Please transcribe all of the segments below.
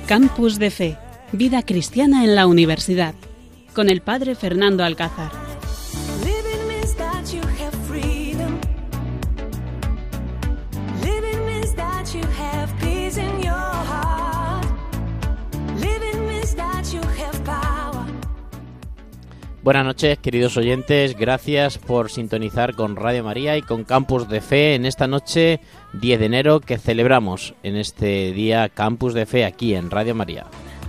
Campus de Fe, vida cristiana en la universidad, con el padre Fernando Alcázar. Buenas noches, queridos oyentes, gracias por sintonizar con Radio María y con Campus de Fe en esta noche 10 de enero que celebramos en este día Campus de Fe aquí en Radio María.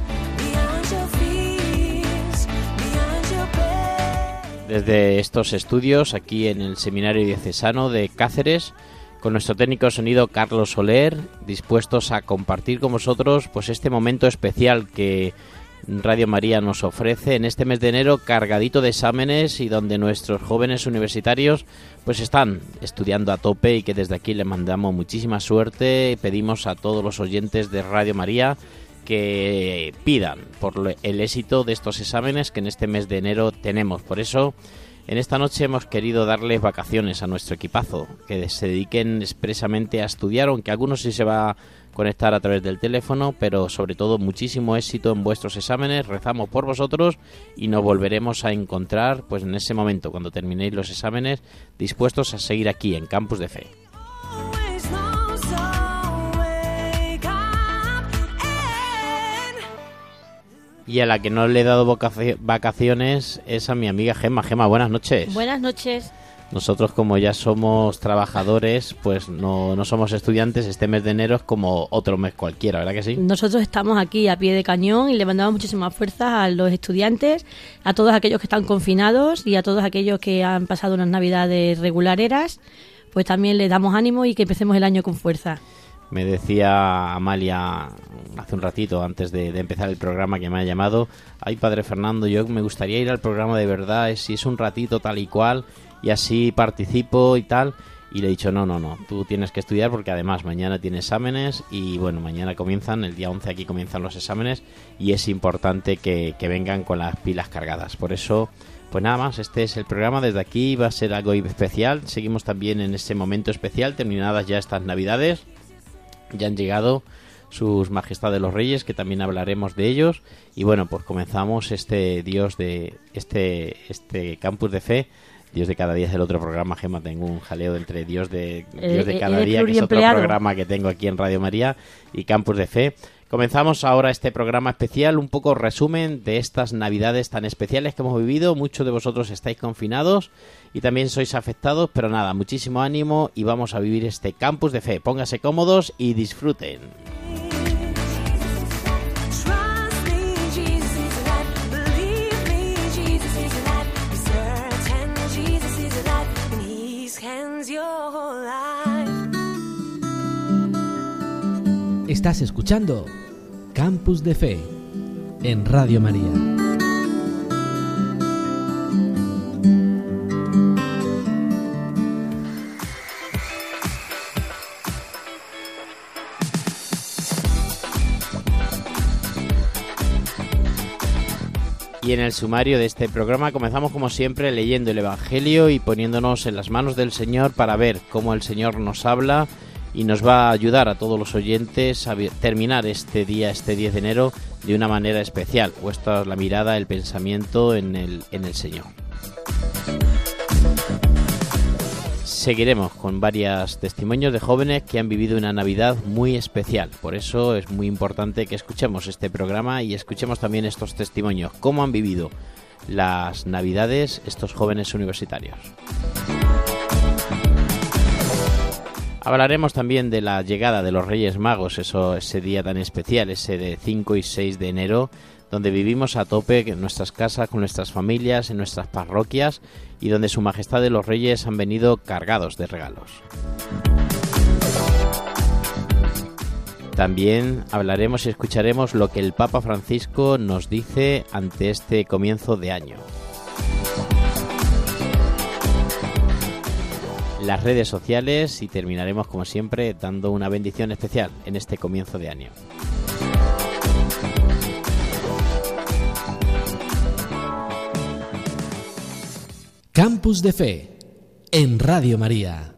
Desde estos estudios aquí en el Seminario Diocesano de Cáceres, con nuestro técnico de sonido Carlos Soler, dispuestos a compartir con vosotros pues este momento especial que Radio María nos ofrece en este mes de enero, cargadito de exámenes y donde nuestros jóvenes universitarios pues están estudiando a tope y que desde aquí les mandamos muchísima suerte y pedimos a todos los oyentes de Radio María que pidan por el éxito de estos exámenes que en este mes de enero tenemos. Por eso en esta noche hemos querido darles vacaciones a nuestro equipazo, que se dediquen expresamente a estudiar, aunque algunos sí se va a conectar a través del teléfono, pero sobre todo muchísimo éxito en vuestros exámenes. Rezamos por vosotros y nos volveremos a encontrar pues en ese momento, cuando terminéis los exámenes, dispuestos a seguir aquí en Campus de Fe. Y a la que no le he dado vacaciones es a mi amiga Gemma. Gemma, buenas noches. Buenas noches. Nosotros, como ya somos trabajadores, pues no somos estudiantes. Este mes de enero es como otro mes cualquiera, ¿verdad que sí? Nosotros estamos aquí a pie de cañón y le mandamos muchísimas fuerzas a los estudiantes, a todos aquellos que están confinados y a todos aquellos que han pasado unas navidades regulareras, pues también les damos ánimo y que empecemos el año con fuerza. Me decía Amalia hace un ratito, antes de empezar el programa, que me ha llamado: ay, padre Fernando, yo me gustaría ir al programa de verdad, si es un ratito tal y cual, y así participo y tal. Y le he dicho, no, tú tienes que estudiar porque además mañana tiene exámenes y bueno, mañana comienzan, el día 11 aquí comienzan los exámenes y es importante que vengan con las pilas cargadas. Por eso, pues nada más, este es el programa. Desde aquí va a ser algo especial. Seguimos también en este momento especial, terminadas ya estas navidades. Ya han llegado sus majestades los reyes, que también hablaremos de ellos. Y bueno, pues comenzamos este Dios de este Campus de Fe. Dios de cada día es el otro programa, Gemma. Tengo un jaleo entre Dios de cada día, que es otro programa que tengo aquí en Radio María, y Campus de Fe. Comenzamos ahora este programa especial, un poco resumen de estas navidades tan especiales que hemos vivido. Muchos de vosotros estáis confinados y también sois afectados, pero nada, muchísimo ánimo y vamos a vivir este Campus de Fe. Pónganse cómodos y disfruten. Estás escuchando Campus de Fe en Radio María. Y en el sumario de este programa comenzamos como siempre leyendo el Evangelio y poniéndonos en las manos del Señor para ver cómo el Señor nos habla y nos va a ayudar a todos los oyentes a terminar este día, este 10 de enero, de una manera especial, puesta la mirada, el pensamiento en el Señor. Seguiremos con varios testimonios de jóvenes que han vivido una Navidad muy especial. Por eso es muy importante que escuchemos este programa y escuchemos también estos testimonios, cómo han vivido las Navidades estos jóvenes universitarios. Hablaremos también de la llegada de los Reyes Magos, ese día tan especial, ese de 5 y 6 de enero, donde vivimos a tope en nuestras casas, con nuestras familias, en nuestras parroquias, y donde Su Majestad de los Reyes han venido cargados de regalos. También hablaremos y escucharemos lo que el Papa Francisco nos dice ante este comienzo de año. Las redes sociales y terminaremos como siempre dando una bendición especial en este comienzo de año. Campus de Fe en Radio María.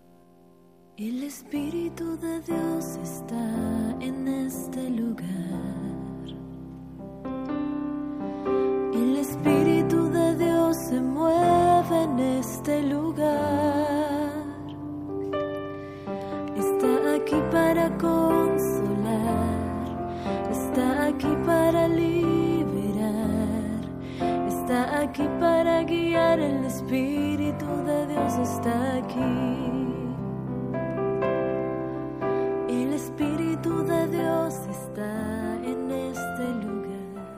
El Espíritu de Dios está en este lugar. guiar, el Espíritu de Dios está aquí. El Espíritu de Dios está en este lugar.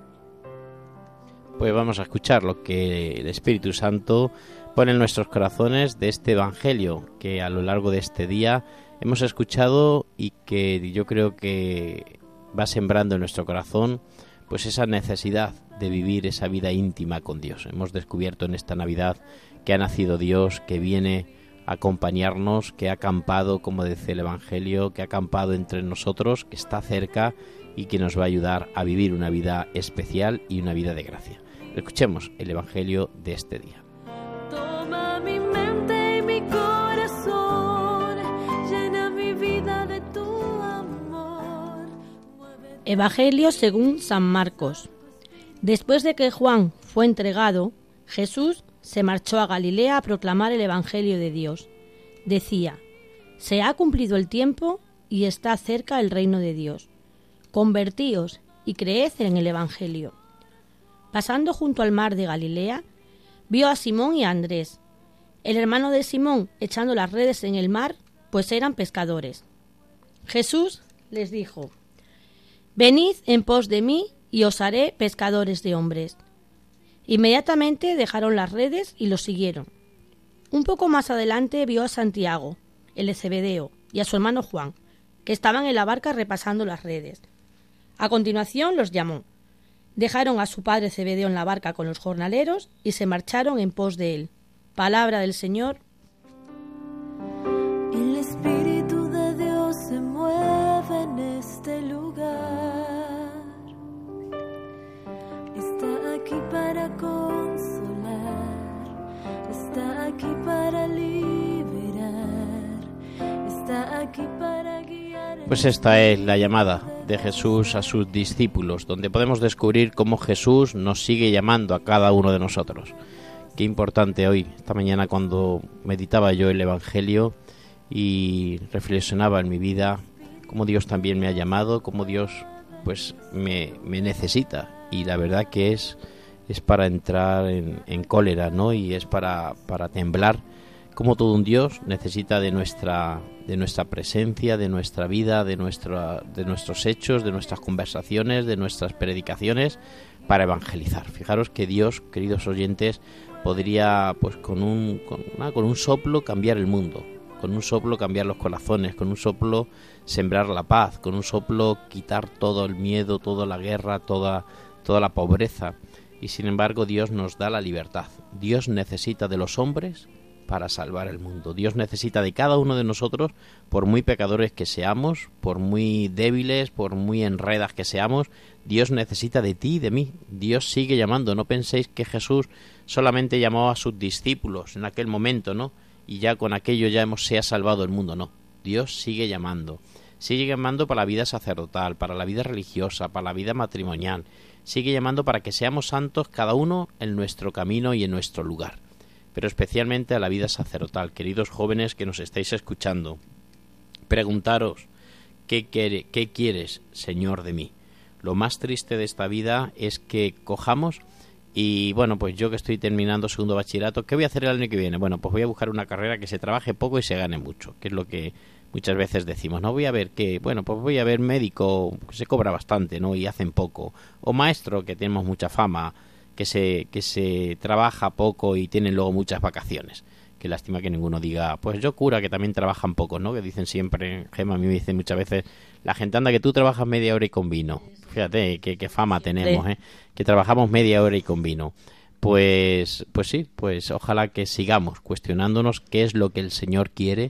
Pues vamos a escuchar lo que el Espíritu Santo pone en nuestros corazones de este Evangelio que a lo largo de este día hemos escuchado y que yo creo que va sembrando en nuestro corazón pues esa necesidad de vivir esa vida íntima con Dios. Hemos descubierto en esta Navidad que ha nacido Dios, que viene a acompañarnos, que ha acampado, como dice el Evangelio, que ha acampado entre nosotros, que está cerca y que nos va a ayudar a vivir una vida especial y una vida de gracia. Escuchemos el Evangelio de este día. Toma mi mente y mi corazón, llena mi vida de tu amor. Evangelio según San Marcos. Después de que Juan fue entregado, Jesús se marchó a Galilea a proclamar el Evangelio de Dios. Decía: se ha cumplido el tiempo y está cerca el reino de Dios. Convertíos y creed en el Evangelio. Pasando junto al mar de Galilea, vio a Simón y a Andrés, el hermano de Simón, echando las redes en el mar, pues eran pescadores. Jesús les dijo: venid en pos de mí y os haré pescadores de hombres. Inmediatamente dejaron las redes y los siguieron. Un poco más adelante vio a Santiago, el de Zebedeo, y a su hermano Juan, que estaban en la barca repasando las redes. A continuación los llamó. Dejaron a su padre Zebedeo en la barca con los jornaleros y se marcharon en pos de él. Palabra del Señor. El Espíritu de Dios se mueve en este lugar. Está aquí para consolar, está aquí para liberar, está aquí para guiar. Pues esta es la llamada de Jesús a sus discípulos, donde podemos descubrir cómo Jesús nos sigue llamando a cada uno de nosotros. Qué importante hoy, esta mañana, cuando meditaba yo el Evangelio y reflexionaba en mi vida, cómo Dios también me ha llamado, cómo Dios pues me necesita, y la verdad que es para entrar en cólera, ¿no? Y es para temblar, como todo un Dios necesita de nuestra presencia, de nuestra vida, de nuestros hechos, de nuestras conversaciones, de nuestras predicaciones, para evangelizar. Fijaros que Dios, queridos oyentes, podría pues con un soplo cambiar el mundo, con un soplo cambiar los corazones, con un soplo sembrar la paz, con un soplo quitar todo el miedo, toda la guerra, toda la pobreza. Y sin embargo Dios nos da la libertad. Dios necesita de los hombres para salvar el mundo. Dios necesita de cada uno de nosotros, por muy pecadores que seamos, por muy débiles, por muy enredas que seamos. Dios necesita de ti y de mí. Dios sigue llamando. No penséis que Jesús solamente llamó a sus discípulos en aquel momento, ¿no? Y ya con aquello se ha salvado el mundo. No, Dios sigue llamando. Sigue llamando para la vida sacerdotal, para la vida religiosa, para la vida matrimonial. Sigue llamando para que seamos santos cada uno en nuestro camino y en nuestro lugar. Pero especialmente a la vida sacerdotal. Queridos jóvenes que nos estáis escuchando, preguntaros: ¿qué quieres, Señor, de mí? Lo más triste de esta vida es que cojamos y, bueno, pues yo que estoy terminando segundo bachillerato, ¿qué voy a hacer el año que viene? Bueno, pues voy a buscar una carrera que se trabaje poco y se gane mucho, que es lo que muchas veces decimos. No voy a ver qué, bueno, pues voy a ver médico, que se cobra bastante, ¿no? Y hacen poco. O maestro, que tenemos mucha fama, que se trabaja poco y tienen luego muchas vacaciones. Qué lástima que ninguno diga, pues yo cura, que también trabajan poco, ¿no? Que dicen siempre, Gemma, a mí me dicen muchas veces, la gente, anda, que tú trabajas media hora y con vino. Fíjate qué fama tenemos, ¿eh? Que trabajamos media hora y con vino. Pues sí, pues ojalá que sigamos cuestionándonos qué es lo que el Señor quiere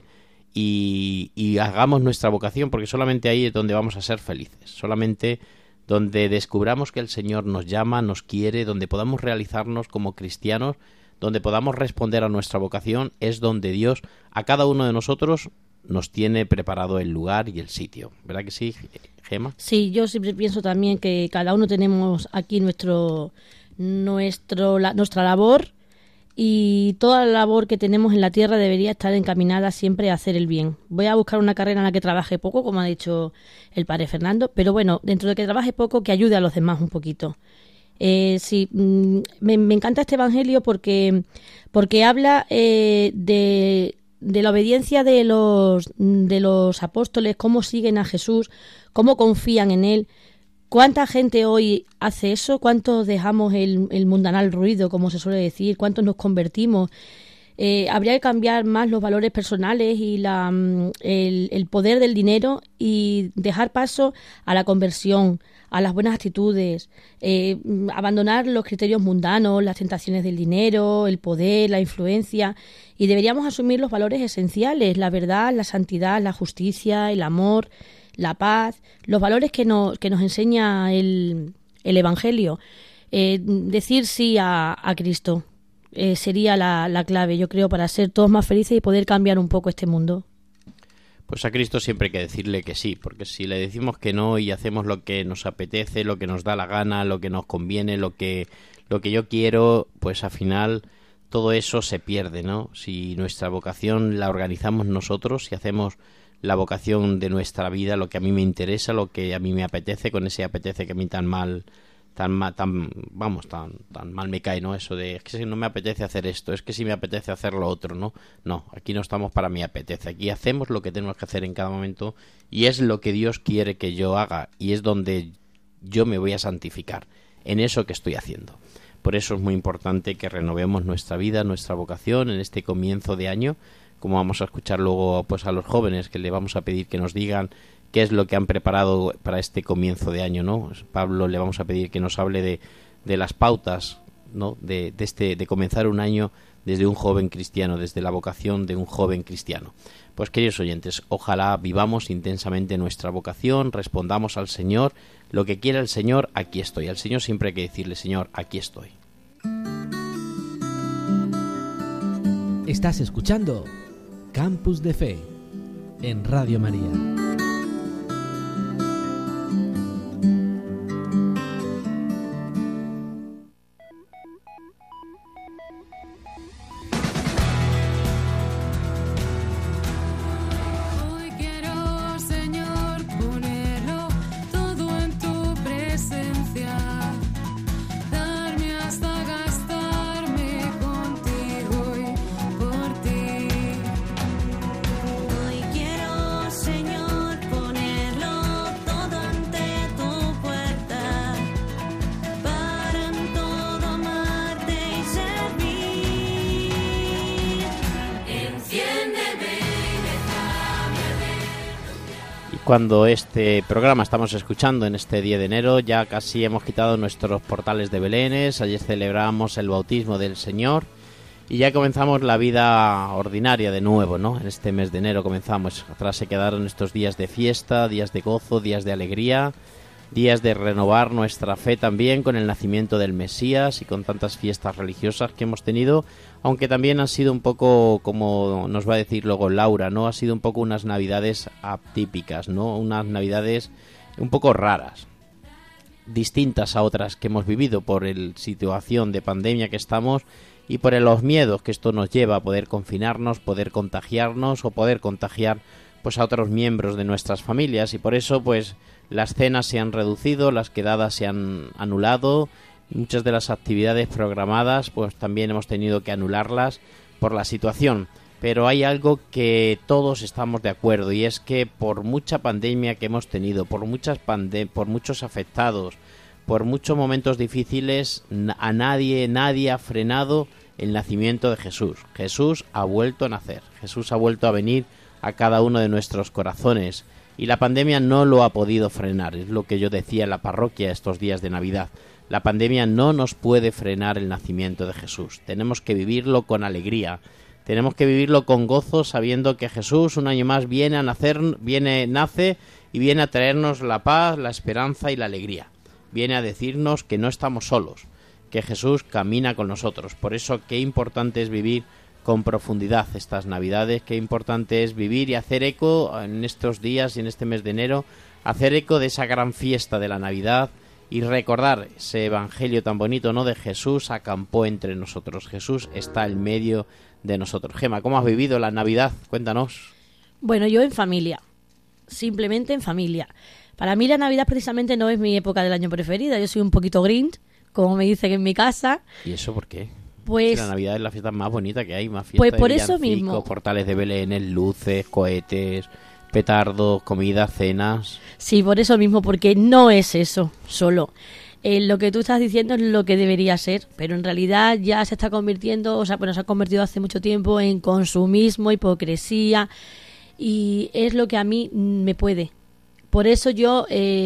y hagamos nuestra vocación, porque solamente ahí es donde vamos a ser felices. Solamente donde descubramos que el Señor nos llama, nos quiere, donde podamos realizarnos como cristianos, donde podamos responder a nuestra vocación, es donde Dios a cada uno de nosotros nos tiene preparado el lugar y el sitio. ¿Verdad que sí, Gema? Sí, yo siempre pienso también que cada uno tenemos aquí nuestra labor, y toda la labor que tenemos en la tierra debería estar encaminada siempre a hacer el bien. Voy a buscar una carrera en la que trabaje poco, como ha dicho el padre Fernando, pero bueno, dentro de que trabaje poco, que ayude a los demás un poquito. Sí, me encanta este evangelio porque habla de la obediencia de los apóstoles, cómo siguen a Jesús, cómo confían en él. ¿Cuánta gente hoy hace eso? ¿Cuántos dejamos el mundanal ruido, como se suele decir? ¿Cuántos nos convertimos? Habría que cambiar más los valores personales y el poder del dinero y dejar paso a la conversión, a las buenas actitudes, abandonar los criterios mundanos, las tentaciones del dinero, el poder, la influencia, y deberíamos asumir los valores esenciales, la verdad, la santidad, la justicia, el amor, la paz, los valores que nos enseña el Evangelio. Decir sí a Cristo sería la clave, yo creo, para ser todos más felices y poder cambiar un poco este mundo. Pues a Cristo siempre hay que decirle que sí, porque si le decimos que no y hacemos lo que nos apetece, lo que nos da la gana, lo que nos conviene, lo que yo quiero, pues al final todo eso se pierde, ¿no? Si nuestra vocación la organizamos nosotros, si hacemos la vocación de nuestra vida, lo que a mí me interesa, lo que a mí me apetece, con ese apetece que a mí tan mal me cae, ¿no? Eso de, es que si no me apetece hacer esto, es que si me apetece hacer lo otro, ¿no? No, aquí no estamos para mi apetece, aquí hacemos lo que tenemos que hacer en cada momento y es lo que Dios quiere que yo haga y es donde yo me voy a santificar, en eso que estoy haciendo. Por eso es muy importante que renovemos nuestra vida, nuestra vocación en este comienzo de año, como vamos a escuchar luego pues a los jóvenes que le vamos a pedir que nos digan qué es lo que han preparado para este comienzo de año, ¿no? Pablo le vamos a pedir que nos hable de las pautas, ¿no? De comenzar un año desde un joven cristiano, desde la vocación de un joven cristiano. Pues queridos oyentes, ojalá vivamos intensamente nuestra vocación, respondamos al Señor, lo que quiera el Señor, aquí estoy. Al Señor siempre hay que decirle, Señor, aquí estoy. Estás escuchando Campus de Fe en Radio María. Cuando este programa estamos escuchando en este 10 de enero, ya casi hemos quitado nuestros portales de belenes, ayer celebramos el bautismo del Señor y ya comenzamos la vida ordinaria de nuevo, ¿no? En este mes de enero comenzamos, atrás se quedaron estos días de fiesta, días de gozo, días de alegría, días de renovar nuestra fe también con el nacimiento del Mesías y con tantas fiestas religiosas que hemos tenido, aunque también han sido un poco, como nos va a decir luego Laura, ¿no? Ha sido un poco unas navidades atípicas, ¿no? Unas navidades un poco raras, distintas a otras que hemos vivido por la situación de pandemia que estamos y por los miedos que esto nos lleva a poder confinarnos, poder contagiarnos o poder contagiar pues a otros miembros de nuestras familias, y por eso pues las cenas se han reducido, las quedadas se han anulado, muchas de las actividades programadas pues también hemos tenido que anularlas por la situación. Pero hay algo que todos estamos de acuerdo, y es que por mucha pandemia que hemos tenido, por muchos afectados, por muchos momentos difíciles, a nadie ha frenado el nacimiento de Jesús. Jesús ha vuelto a nacer, Jesús ha vuelto a venir a cada uno de nuestros corazones, y la pandemia no lo ha podido frenar. Es lo que yo decía en la parroquia estos días de Navidad. La pandemia no nos puede frenar el nacimiento de Jesús. Tenemos que vivirlo con alegría, tenemos que vivirlo con gozo, sabiendo que Jesús un año más viene a nacer, nace y viene a traernos la paz, la esperanza y la alegría. Viene a decirnos que no estamos solos, que Jesús camina con nosotros. Por eso qué importante es vivir con profundidad estas Navidades, qué importante es vivir y hacer eco en estos días y en este mes de enero, hacer eco de esa gran fiesta de la Navidad y recordar ese evangelio tan bonito, ¿no? De Jesús acampó entre nosotros, Jesús está en medio de nosotros. Gema, ¿cómo has vivido la Navidad? Cuéntanos. Bueno, yo en familia, simplemente en familia. Para mí la Navidad precisamente no es mi época del año preferida, yo soy un poquito Grinch, como me dicen en mi casa. ¿Y eso por qué? Pues la Navidad es la fiesta más bonita que hay, más fiesta pues por de eso villancicos, mismo. portales de Belén, luces, cohetes, petardos, comida, cenas. Sí, por eso mismo, porque no es eso solo. Lo que tú estás diciendo es lo que debería ser, pero en realidad ya se está convirtiendo, o sea, bueno, se ha convertido hace mucho tiempo en consumismo, hipocresía, y es lo que a mí me puede. Por eso yo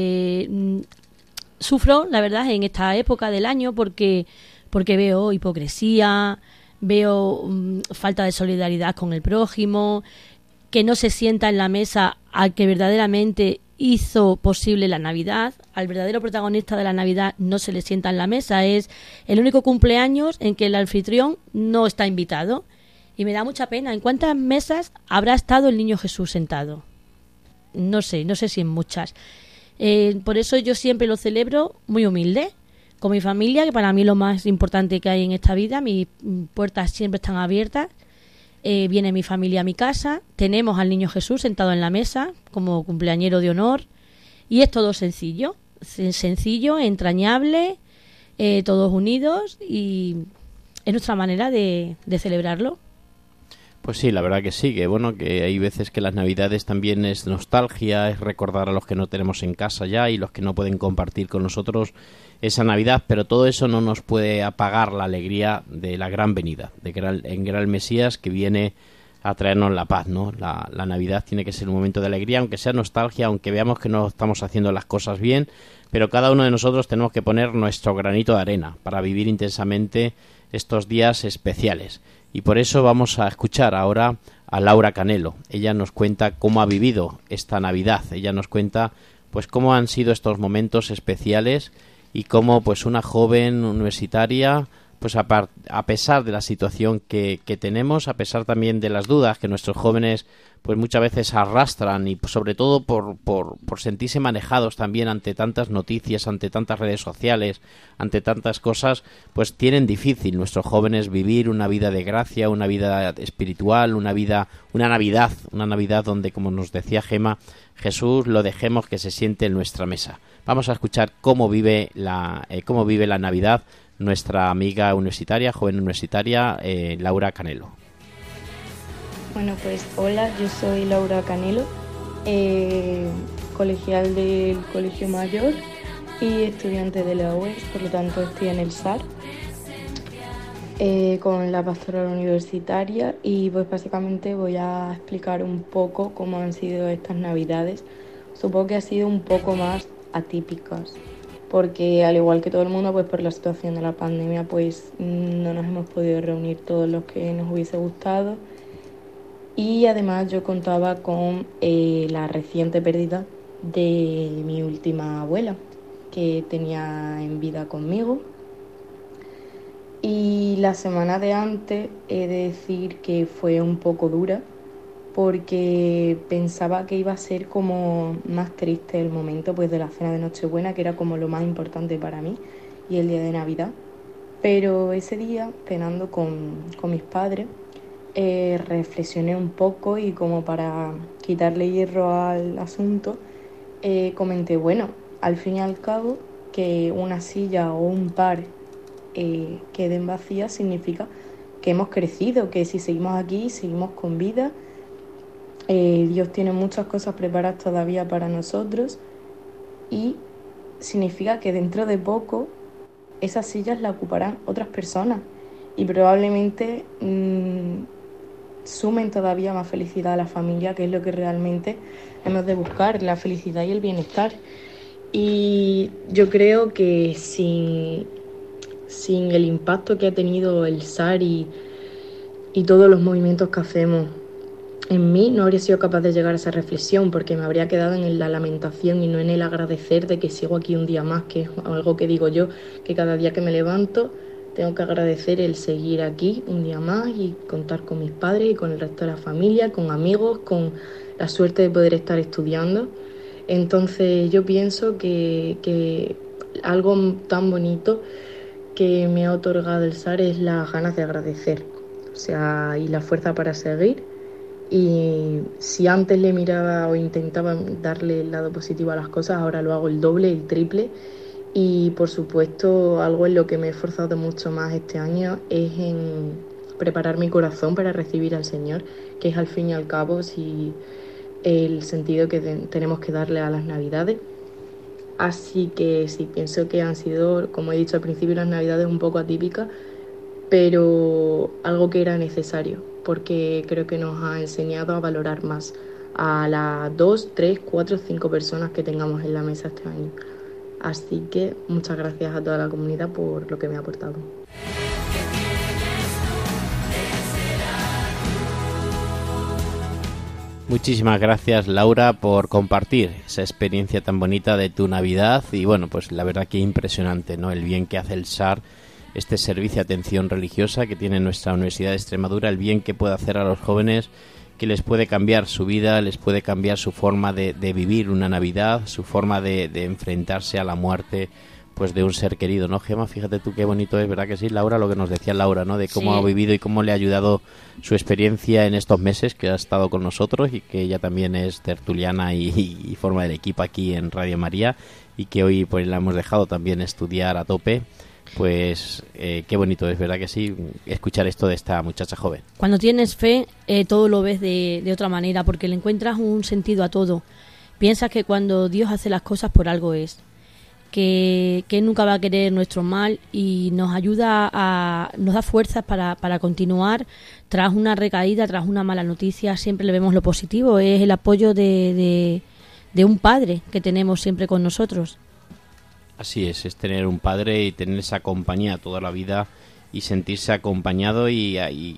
sufro, la verdad, en esta época del año, porque veo hipocresía, veo falta de solidaridad con el prójimo, que no se sienta en la mesa al que verdaderamente hizo posible la Navidad. Al verdadero protagonista de la Navidad no se le sienta en la mesa. Es el único cumpleaños en que el anfitrión no está invitado. Y me da mucha pena. ¿En cuántas mesas habrá estado el niño Jesús sentado? No sé si en muchas. Por eso yo siempre lo celebro muy humilde, con mi familia, que para mí es lo más importante que hay en esta vida. Mis puertas siempre están abiertas. Viene mi familia a mi casa, tenemos al niño Jesús sentado en la mesa como cumpleañero de honor, y es todo sencillo, entrañable, todos unidos, y es nuestra manera de celebrarlo. Pues sí, la verdad que sí, que bueno, que hay veces que las Navidades también es nostalgia, es recordar a los que no tenemos en casa ya y los que no pueden compartir con nosotros esa Navidad, pero todo eso no nos puede apagar la alegría de la gran venida, en gran Mesías que viene a traernos la paz, ¿no? La Navidad tiene que ser un momento de alegría, aunque sea nostalgia, aunque veamos que no estamos haciendo las cosas bien, pero cada uno de nosotros tenemos que poner nuestro granito de arena para vivir intensamente estos días especiales. Y por eso vamos a escuchar ahora a Laura Canelo. Ella nos cuenta cómo ha vivido esta Navidad. Ella nos cuenta pues cómo han sido estos momentos especiales y cómo pues una joven universitaria, pues a pesar de la situación que tenemos, a pesar también de las dudas que nuestros jóvenes pues muchas veces arrastran, y sobre todo por sentirse manejados también ante tantas noticias, ante tantas redes sociales, ante tantas cosas, pues tienen difícil nuestros jóvenes vivir una vida de gracia, una vida espiritual, una Navidad donde, como nos decía Gema, Jesús lo dejemos que se siente en nuestra mesa. Vamos a escuchar cómo vive la Navidad nuestra amiga universitaria, joven universitaria, Laura Canelo. Bueno, pues hola, yo soy Laura Canelo, colegial del Colegio Mayor y estudiante de la UES, por lo tanto estoy en el SAR con la pastoral universitaria, y pues básicamente voy a explicar un poco cómo han sido estas Navidades. Supongo que ha sido un poco más atípicas, porque al igual que todo el mundo, pues por la situación de la pandemia, pues no nos hemos podido reunir todos los que nos hubiese gustado. Y además yo contaba con la reciente pérdida de mi última abuela, que tenía en vida conmigo. Y la semana de antes he de decir que fue un poco dura, porque pensaba que iba a ser como más triste el momento pues de la cena de Nochebuena, que era como lo más importante para mí, y el día de Navidad. Pero ese día, cenando con mis padres, reflexioné un poco, y como para quitarle hierro al asunto, comenté, bueno, al fin y al cabo, que una silla o un par queden vacías significa que hemos crecido, que si seguimos aquí, seguimos con vida. Dios tiene muchas cosas preparadas todavía para nosotros, y significa que dentro de poco esas sillas las ocuparán otras personas, y probablemente sumen todavía más felicidad a la familia, que es lo que realmente hemos de buscar, la felicidad y el bienestar. Y yo creo que sin el impacto que ha tenido el SAR y todos los movimientos que hacemos en mí, no habría sido capaz de llegar a esa reflexión, porque me habría quedado en la lamentación y no en el agradecer de que sigo aquí un día más, que es algo que digo yo, que cada día que me levanto tengo que agradecer el seguir aquí un día más y contar con mis padres y con el resto de la familia, con amigos, con la suerte de poder estar estudiando. Entonces yo pienso que algo tan bonito que me ha otorgado el SAR es las ganas de agradecer, o sea, y la fuerza para seguir. Y si antes le miraba o intentaba darle el lado positivo a las cosas, ahora lo hago el doble, el triple, Y por supuesto, algo en lo que me he esforzado mucho más este año es en preparar mi corazón para recibir al Señor, que es al fin y al cabo el sentido que tenemos que darle a las Navidades. Así que sí, pienso que han sido, como he dicho al principio, las Navidades un poco atípicas, pero algo que era necesario, porque creo que nos ha enseñado a valorar más a las 2, 3, 4, 5 personas que tengamos en la mesa este año. Así que muchas gracias a toda la comunidad por lo que me ha aportado. Muchísimas gracias, Laura, por compartir esa experiencia tan bonita de tu Navidad. Y bueno, pues la verdad que impresionante, ¿no? El bien que hace el SAR, este servicio de atención religiosa que tiene nuestra Universidad de Extremadura, el bien que puede hacer a los jóvenes, que les puede cambiar su vida, les puede cambiar su forma de vivir una Navidad, su forma de enfrentarse a la muerte, pues de un ser querido, ¿no, Gemma? Fíjate tú qué bonito es, ¿verdad que sí, Laura? Lo que nos decía Laura, ¿no? De cómo ha vivido y cómo le ha ayudado su experiencia en estos meses que ha estado con nosotros, y que ella también es tertuliana y forma del equipo aquí en Radio María, y que hoy pues la hemos dejado también estudiar a tope. Pues qué bonito es, ¿verdad que sí? Escuchar esto de esta muchacha joven. Cuando tienes fe, todo lo ves de otra manera, porque le encuentras un sentido a todo. Piensas que cuando Dios hace las cosas por algo es, que nunca va a querer nuestro mal, y nos ayuda nos da fuerzas para continuar tras una recaída, tras una mala noticia. Siempre le vemos lo positivo, es el apoyo de un padre que tenemos siempre con nosotros. Así es tener un padre y tener esa compañía toda la vida y sentirse acompañado y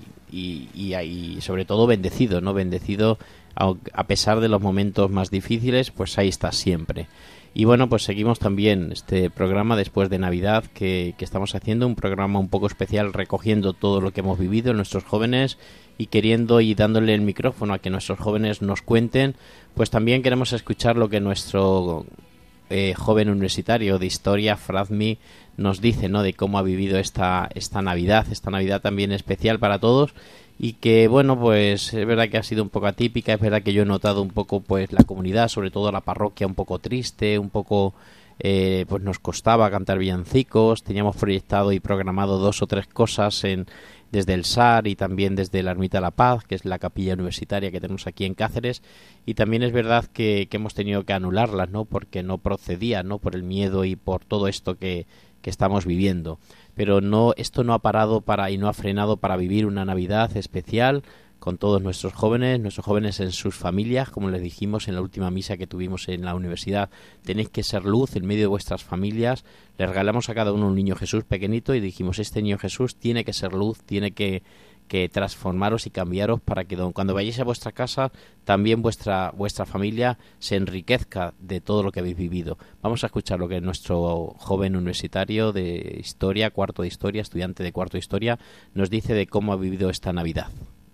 sobre todo bendecido, ¿no? Bendecido a pesar de los momentos más difíciles, pues ahí está siempre. Y bueno, pues seguimos también este programa después de Navidad que estamos haciendo, un programa un poco especial recogiendo todo lo que hemos vivido en nuestros jóvenes y queriendo y dándole el micrófono a que nuestros jóvenes nos cuenten. Pues también queremos escuchar lo que nuestro joven universitario de historia, Frazmi, nos dice, ¿no? De cómo ha vivido esta Navidad también especial para todos, y que bueno, pues es verdad que ha sido un poco atípica. Es verdad que yo he notado un poco pues la comunidad, sobre todo la parroquia, un poco triste, un poco pues nos costaba cantar villancicos. Teníamos proyectado y programado 2 o 3 cosas desde el SAR y también desde la Ermita de la Paz, que es la capilla universitaria que tenemos aquí en Cáceres, y también es verdad que hemos tenido que anularlas, ¿no? Porque no procedía, ¿no? Por el miedo y por todo esto que estamos viviendo. Pero esto no ha parado y no ha frenado para vivir una Navidad especial con todos nuestros jóvenes en sus familias. Como les dijimos en la última misa que tuvimos en la universidad, tenéis que ser luz en medio de vuestras familias. Le regalamos a cada uno un niño Jesús pequeñito y dijimos, este niño Jesús tiene que ser luz, tiene que transformaros y cambiaros para que cuando vayáis a vuestra casa también vuestra familia se enriquezca de todo lo que habéis vivido. Vamos a escuchar lo que nuestro joven universitario de historia, cuarto de historia, estudiante de cuarto de historia, nos dice de cómo ha vivido esta Navidad.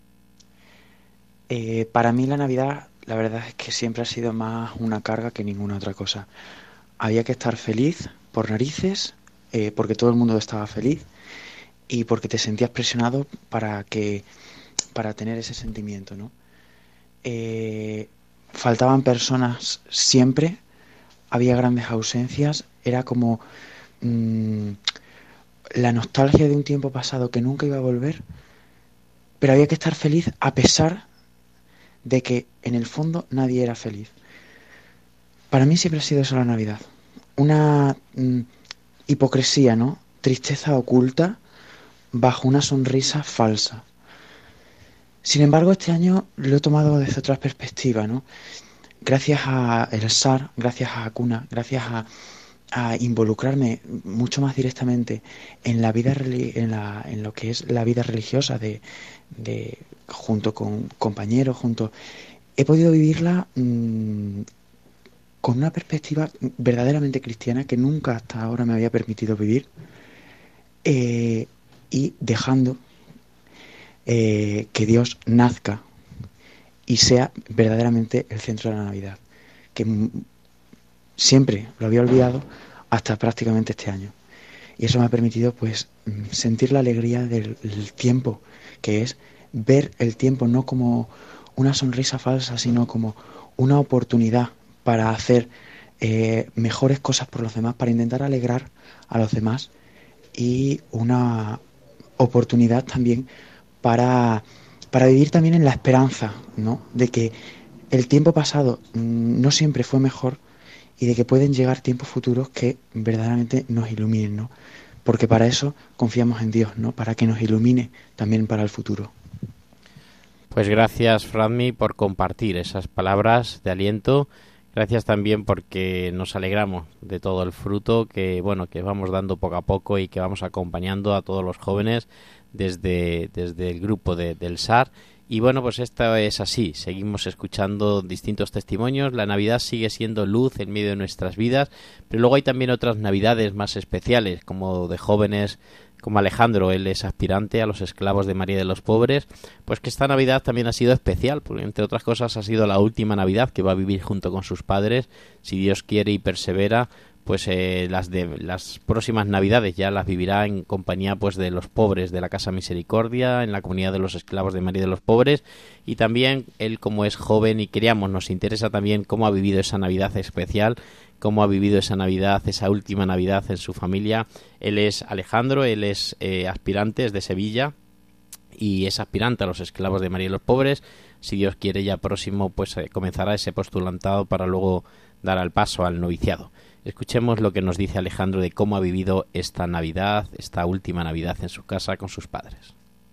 Para mí la Navidad, la verdad es que siempre ha sido más una carga que ninguna otra cosa. Había que estar feliz por narices, porque todo el mundo estaba feliz, y porque te sentías presionado para tener ese sentimiento, ¿no? Faltaban personas siempre, había grandes ausencias, era como la nostalgia de un tiempo pasado que nunca iba a volver, pero había que estar feliz a pesar de que en el fondo nadie era feliz. Para mí siempre ha sido eso la Navidad, una hipocresía, ¿no? Tristeza oculta bajo una sonrisa falsa. Sin embargo, este año lo he tomado desde otra perspectiva, ¿no? Gracias a el SAR, gracias a Cuna, gracias a involucrarme mucho más directamente en la vida en lo que es la vida religiosa de junto con compañeros, he podido vivirla con una perspectiva verdaderamente cristiana que nunca hasta ahora me había permitido vivir, y dejando que Dios nazca y sea verdaderamente el centro de la Navidad, que siempre lo había olvidado hasta prácticamente este año. Y eso me ha permitido pues sentir la alegría del tiempo, que es ver el tiempo no como una sonrisa falsa, sino como una oportunidad para hacer mejores cosas por los demás, para intentar alegrar a los demás, y una oportunidad también para vivir también en la esperanza, ¿no?, de que el tiempo pasado no siempre fue mejor, y de que pueden llegar tiempos futuros que verdaderamente nos iluminen, ¿no? Porque para eso confiamos en Dios, ¿no?, para que nos ilumine también para el futuro. Pues gracias, Franmi, por compartir esas palabras de aliento. Gracias también porque nos alegramos de todo el fruto que vamos dando poco a poco y que vamos acompañando a todos los jóvenes desde el grupo del SAR. Y bueno, pues esto es así, seguimos escuchando distintos testimonios, la Navidad sigue siendo luz en medio de nuestras vidas, pero luego hay también otras Navidades más especiales, como de jóvenes como Alejandro, él es aspirante a los esclavos de María de los Pobres, pues que esta Navidad también ha sido especial, porque entre otras cosas ha sido la última Navidad que va a vivir junto con sus padres, si Dios quiere y persevera. Pues las próximas Navidades ya las vivirá en compañía pues de los pobres de la Casa Misericordia, en la comunidad de los esclavos de María de los Pobres, y también él, como es joven y nos interesa también cómo ha vivido esa Navidad especial, cómo ha vivido esa Navidad, esa última Navidad en su familia. Él es Alejandro, él es aspirante, es de Sevilla y es aspirante a los esclavos de María de los Pobres. Si Dios quiere, ya próximo pues comenzará ese postulantado para luego dar el paso al noviciado. Escuchemos lo que nos dice Alejandro de cómo ha vivido esta Navidad, esta última Navidad en su casa con sus padres.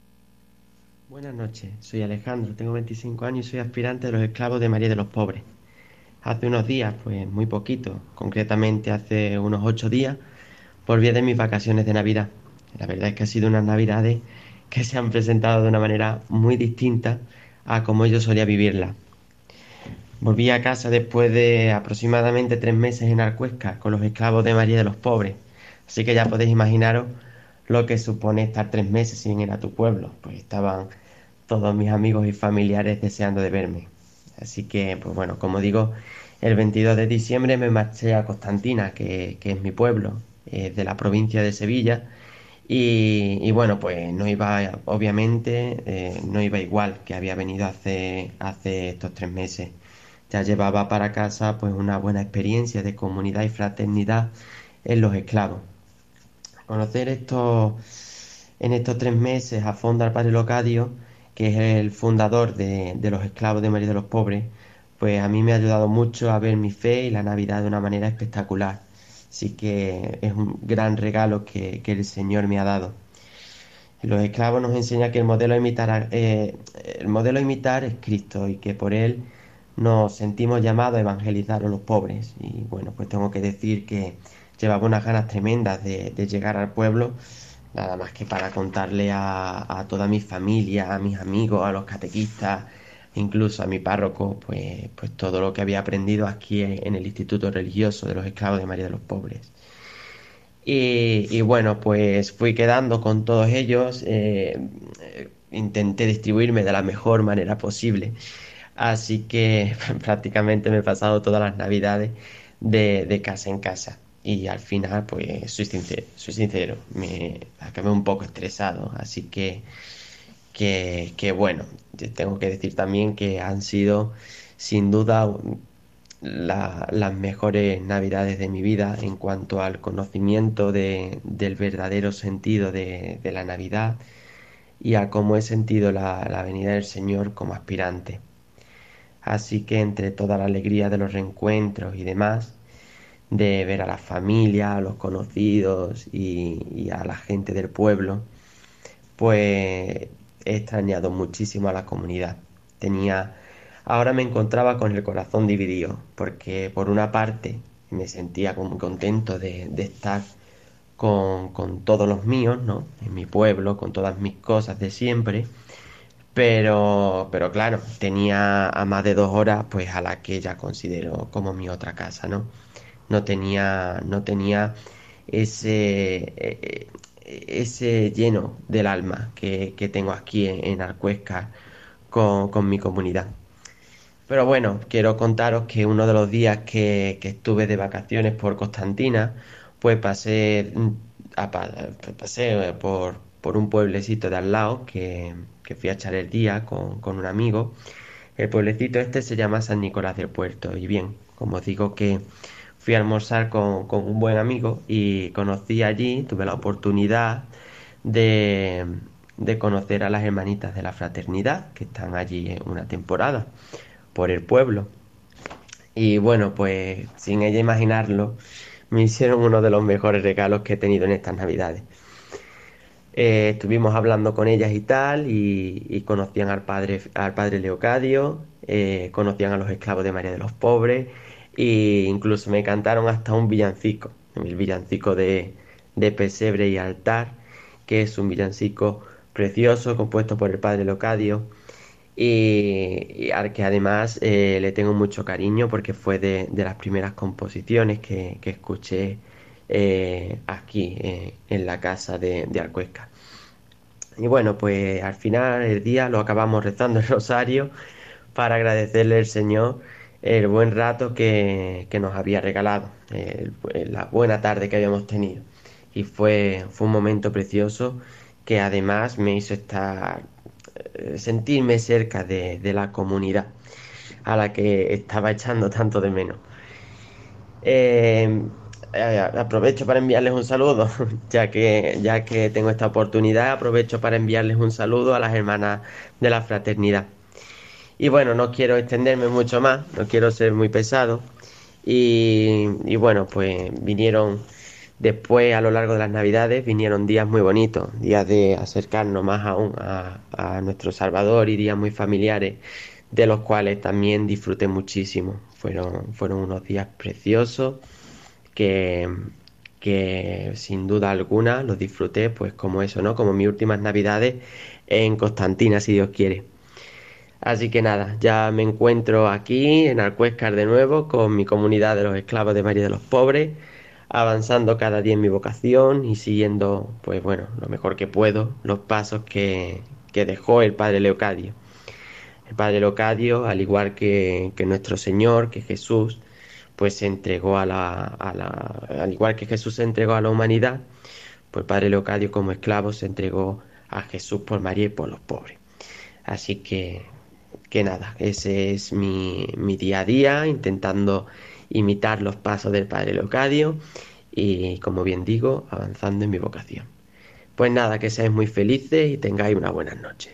Buenas noches, soy Alejandro, tengo 25 años y soy aspirante a los esclavos de María de los Pobres. Hace unos días, pues muy poquito, concretamente hace unos 8 días, volví de mis vacaciones de Navidad. La verdad es que ha sido unas Navidades que se han presentado de una manera muy distinta a como yo solía vivirla. Volví a casa después de aproximadamente 3 meses en Alcuesca con los esclavos de María de los Pobres, así que ya podéis imaginaros lo que supone estar 3 meses sin ir a tu pueblo, pues estaban todos mis amigos y familiares deseando de verme. Así que, pues bueno, como digo, el 22 de diciembre me marché a Constantina, que es mi pueblo, de la provincia de Sevilla, y bueno, pues no iba, obviamente, no iba igual que había venido hace estos 3 meses. Ya llevaba para casa pues una buena experiencia de comunidad y fraternidad en los esclavos. Conocer en estos 3 meses a fondo al padre Locadio, que es el fundador de los esclavos de María de los Pobres, pues a mí me ha ayudado mucho a ver mi fe y la Navidad de una manera espectacular. Así que es un gran regalo que el Señor me ha dado. Los esclavos nos enseña que el modelo a imitar es Cristo, y que por él nos sentimos llamados a evangelizar a los pobres. Y bueno, pues tengo que decir que llevaba unas ganas tremendas de llegar al pueblo, nada más que para contarle a toda mi familia, a mis amigos, a los catequistas, incluso a mi párroco, pues todo lo que había aprendido aquí en el Instituto Religioso de los Esclavos de María de los Pobres. Y bueno, pues fui quedando con todos ellos, intenté distribuirme de la mejor manera posible. Así que prácticamente me he pasado todas las Navidades de casa en casa. Y al final, pues soy sincero, me acabé un poco estresado. Así que bueno, tengo que decir también que han sido sin duda las mejores Navidades de mi vida en cuanto al conocimiento del verdadero sentido de la Navidad y a cómo he sentido la venida del Señor como aspirante. Así que entre toda la alegría de los reencuentros y demás, de ver a la familia, a los conocidos y a la gente del pueblo, pues he extrañado muchísimo a la comunidad. Ahora me encontraba con el corazón dividido, porque por una parte me sentía muy contento de estar con todos los míos, ¿no?, en mi pueblo, con todas mis cosas de siempre. Pero claro, tenía a más de 2 horas pues a la que ya considero como mi otra casa, ¿no? No tenía ese lleno del alma que tengo aquí en Alcuesca con mi comunidad. Pero bueno, quiero contaros que uno de los días que estuve de vacaciones por Constantina, pues pasé por un pueblecito de al lado que fui a echar el día con un amigo. El pueblecito este se llama San Nicolás del Puerto. Y bien, como os digo, que fui a almorzar con un buen amigo y conocí allí, tuve la oportunidad de conocer a las hermanitas de la fraternidad que están allí en una temporada por el pueblo. Y bueno, pues sin ella imaginarlo, me hicieron uno de los mejores regalos que he tenido en estas navidades. Estuvimos hablando con ellas y tal, y conocían al padre Leocadio, conocían a los esclavos de María de los Pobres, e incluso me cantaron hasta un villancico, el villancico de Pesebre y Altar, que es un villancico precioso compuesto por el padre Leocadio, y al que además le tengo mucho cariño porque fue de las primeras composiciones que escuché aquí en la casa de Alcuesca. Y bueno, pues al final el día lo acabamos rezando el rosario para agradecerle al Señor el buen rato que nos había regalado, la buena tarde que habíamos tenido. Y fue un momento precioso que además me hizo sentirme cerca de la comunidad a la que estaba echando tanto de menos. Aprovecho para enviarles un saludo, ya que tengo esta oportunidad, aprovecho para enviarles un saludo a las hermanas de la fraternidad. Y bueno, no quiero extenderme mucho más, no quiero ser muy pesado. Y bueno, pues vinieron después, a lo largo de las Navidades, vinieron días muy bonitos, días de acercarnos más aún a nuestro Salvador, y días muy familiares, de los cuales también disfruté muchísimo. Fueron unos días preciosos que sin duda alguna los disfruté, pues como eso, ¿no? Como mis últimas Navidades en Constantina, si Dios quiere. Así que nada, ya me encuentro aquí en Alcuéscar de nuevo con mi comunidad de los esclavos de María de los Pobres, avanzando cada día en mi vocación y siguiendo, pues bueno, lo mejor que puedo, los pasos que dejó el padre Leocadio. El padre Leocadio, al igual que nuestro Señor, que Jesús, pues se entregó al igual que Jesús se entregó a la humanidad, pues el padre Leocadio como esclavo se entregó a Jesús por María y por los pobres. Así que nada, ese es mi día a día, intentando imitar los pasos del padre Leocadio y, como bien digo, avanzando en mi vocación. Pues nada, que seáis muy felices y tengáis unas buenas noches.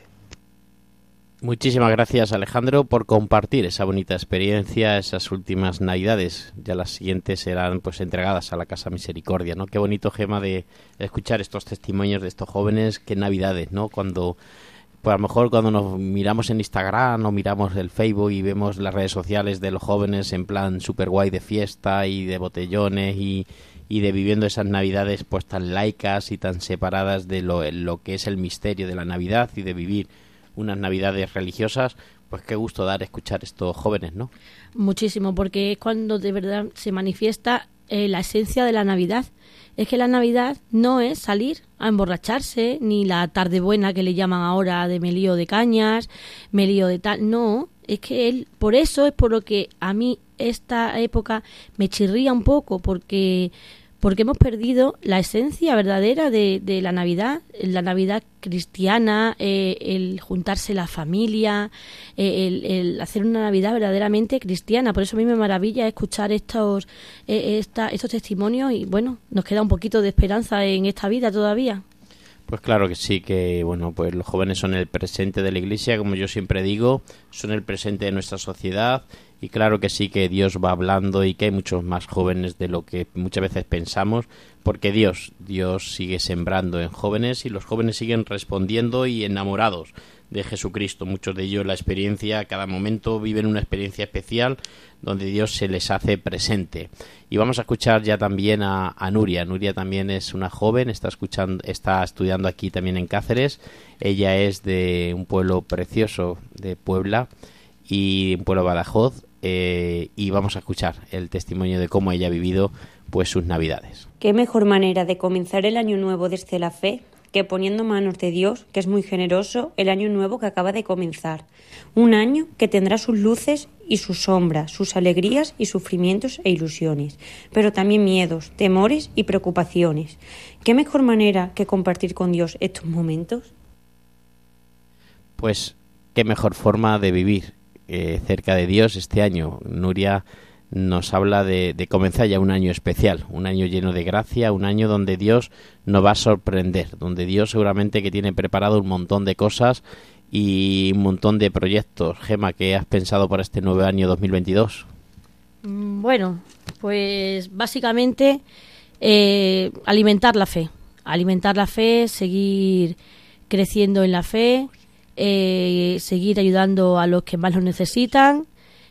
Muchísimas gracias, Alejandro, por compartir esa bonita experiencia, esas últimas Navidades. Ya las siguientes serán pues entregadas a la Casa Misericordia, ¿no? Qué bonito, Gema, de escuchar estos testimonios de estos jóvenes. Qué Navidades, ¿no? Cuando, pues a lo mejor cuando nos miramos en Instagram o miramos el Facebook y vemos las redes sociales de los jóvenes en plan super guay de fiesta y de botellones y de viviendo esas Navidades pues tan laicas y tan separadas de lo que es el misterio de la Navidad y de vivir unas Navidades religiosas, pues qué gusto dar escuchar estos jóvenes, ¿no? Muchísimo, porque es cuando de verdad se manifiesta la esencia de la Navidad. Es que la Navidad no es salir a emborracharse, ni la tarde buena que le llaman ahora de me lío de cañas, me lío de tal. No, es que por eso es por lo que a mí esta época me chirría un poco, porque hemos perdido la esencia verdadera de la Navidad cristiana, el juntarse la familia, el hacer una Navidad verdaderamente cristiana. Por eso a mí me maravilla escuchar estos testimonios y bueno, nos queda un poquito de esperanza en esta vida todavía. Pues claro que sí, que bueno, pues los jóvenes son el presente de la Iglesia, como yo siempre digo, son el presente de nuestra sociedad. Y claro que sí, que Dios va hablando y que hay muchos más jóvenes de lo que muchas veces pensamos, porque Dios sigue sembrando en jóvenes y los jóvenes siguen respondiendo y enamorados de Jesucristo. Muchos de ellos la experiencia, cada momento viven una experiencia especial donde Dios se les hace presente. Y vamos a escuchar ya también a Nuria. Nuria también es una joven, está estudiando aquí también en Cáceres. Ella es de un pueblo precioso de Puebla y un pueblo Badajoz. Y vamos a escuchar el testimonio de cómo ella ha vivido pues sus Navidades. Qué mejor manera de comenzar el año nuevo desde la fe que poniendo manos de Dios, que es muy generoso, el año nuevo que acaba de comenzar. Un año que tendrá sus luces y sus sombras, sus alegrías y sufrimientos e ilusiones, pero también miedos, temores y preocupaciones. ¿Qué mejor manera que compartir con Dios estos momentos? Pues qué mejor forma de vivir cerca de Dios este año. Nuria nos habla de comenzar ya un año especial, un año lleno de gracia, un año donde Dios nos va a sorprender, donde Dios seguramente que tiene preparado un montón de cosas y un montón de proyectos. Gema, ¿qué has pensado para este nuevo año 2022? Bueno, pues básicamente alimentar la fe, seguir creciendo en la fe, seguir ayudando a los que más lo necesitan,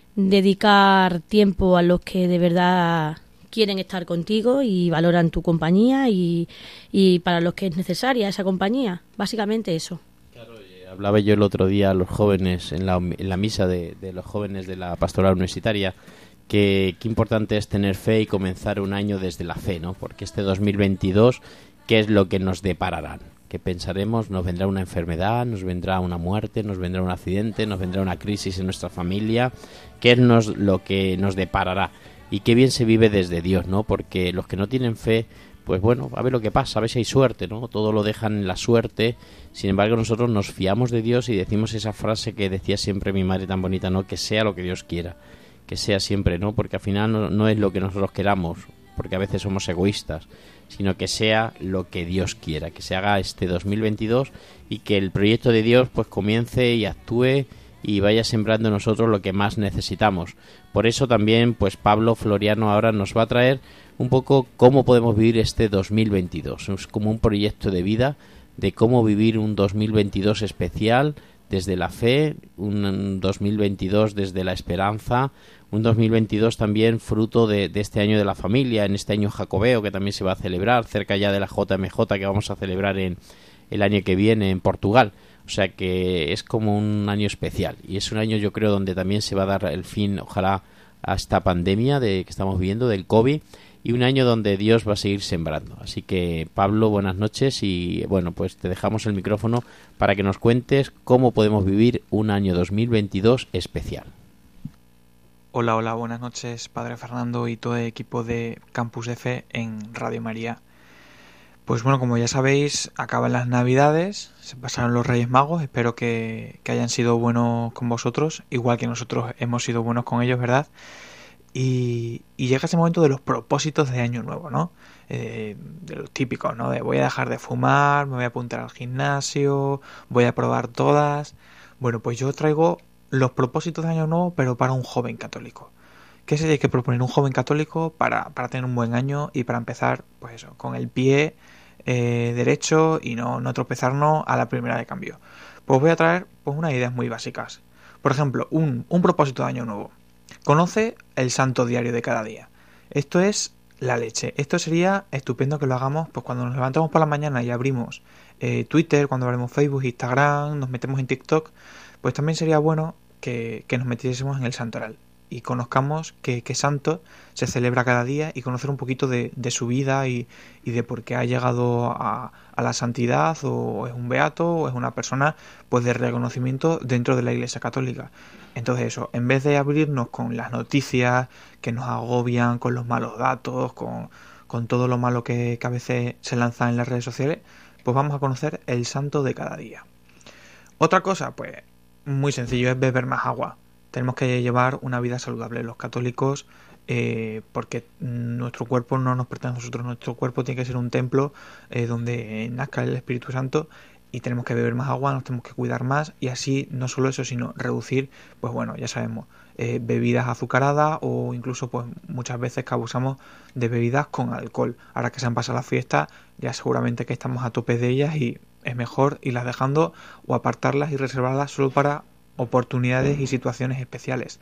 dedicar tiempo a los que de verdad quieren estar contigo y valoran tu compañía y para los que es necesaria esa compañía, básicamente eso. Claro, hablaba yo el otro día a los jóvenes en la misa de los jóvenes de la pastoral universitaria que qué importante es tener fe y comenzar un año desde la fe, ¿no? Porque este 2022, ¿qué es lo que nos depararán? ¿Qué pensaremos? Nos vendrá una enfermedad, nos vendrá una muerte, nos vendrá un accidente, nos vendrá una crisis en nuestra familia. ¿Qué es lo que nos deparará? Y qué bien se vive desde Dios, ¿no? Porque los que no tienen fe, pues bueno, a ver lo que pasa, a ver si hay suerte, ¿no? Todo lo dejan en la suerte. Sin embargo, nosotros nos fiamos de Dios y decimos esa frase que decía siempre mi madre tan bonita, ¿no? Que sea lo que Dios quiera. Que sea siempre, ¿no? Porque al final no es lo que nosotros queramos, porque a veces somos egoístas, sino que sea lo que Dios quiera, que se haga este 2022 y que el proyecto de Dios pues comience y actúe y vaya sembrando en nosotros lo que más necesitamos. Por eso también pues Pablo Floriano ahora nos va a traer un poco cómo podemos vivir este 2022. Es como un proyecto de vida de cómo vivir un 2022 especial desde la fe, un 2022 desde la esperanza, un 2022 también fruto de este año de la familia, en este año jacobeo que también se va a celebrar, cerca ya de la JMJ que vamos a celebrar en el año que viene en Portugal. O sea que es como un año especial y es un año yo creo donde también se va a dar el fin, ojalá, a esta pandemia que estamos viviendo del COVID y un año donde Dios va a seguir sembrando. Así que Pablo, buenas noches y bueno, pues te dejamos el micrófono para que nos cuentes cómo podemos vivir un año 2022 especial. Hola, buenas noches, Padre Fernando y todo el equipo de Campus de Fe en Radio María. Pues bueno, como ya sabéis, acaban las Navidades, se pasaron los Reyes Magos, espero que hayan sido buenos con vosotros, igual que nosotros hemos sido buenos con ellos, ¿verdad? Y llega ese momento de los propósitos de Año Nuevo, ¿no? De los típicos, ¿no? De voy a dejar de fumar, me voy a apuntar al gimnasio, voy a probar todas. Bueno, pues yo traigo los propósitos de Año Nuevo, pero para un joven católico. ¿Qué se tiene que proponer un joven católico para tener un buen año y para empezar, pues eso, con el pie derecho y no tropezarnos a la primera de cambio? Pues voy a traer pues unas ideas muy básicas. Por ejemplo, un propósito de Año Nuevo. Conoce el santo diario de cada día. Esto es la leche. Esto sería estupendo que lo hagamos pues cuando nos levantamos por la mañana y abrimos Twitter, cuando abrimos Facebook, Instagram, nos metemos en TikTok, pues también sería bueno que nos metiésemos en el santoral y conozcamos qué santo se celebra cada día y conocer un poquito de su vida y de por qué ha llegado a la santidad, o es un beato o es una persona pues de reconocimiento dentro de la Iglesia Católica. Entonces eso, en vez de abrirnos con las noticias que nos agobian, con los malos datos, con todo lo malo que a veces se lanza en las redes sociales, pues vamos a conocer el santo de cada día. Otra cosa, pues muy sencillo, es beber más agua. Tenemos que llevar una vida saludable los católicos porque nuestro cuerpo no nos pertenece a nosotros. Nuestro cuerpo tiene que ser un templo donde nazca el Espíritu Santo y tenemos que beber más agua, nos tenemos que cuidar más y así no solo eso, sino reducir, pues bueno, ya sabemos, bebidas azucaradas o incluso pues muchas veces que abusamos de bebidas con alcohol. Ahora que se han pasado las fiestas ya seguramente que estamos a tope de ellas y es mejor irlas dejando o apartarlas y reservarlas solo para oportunidades y situaciones especiales.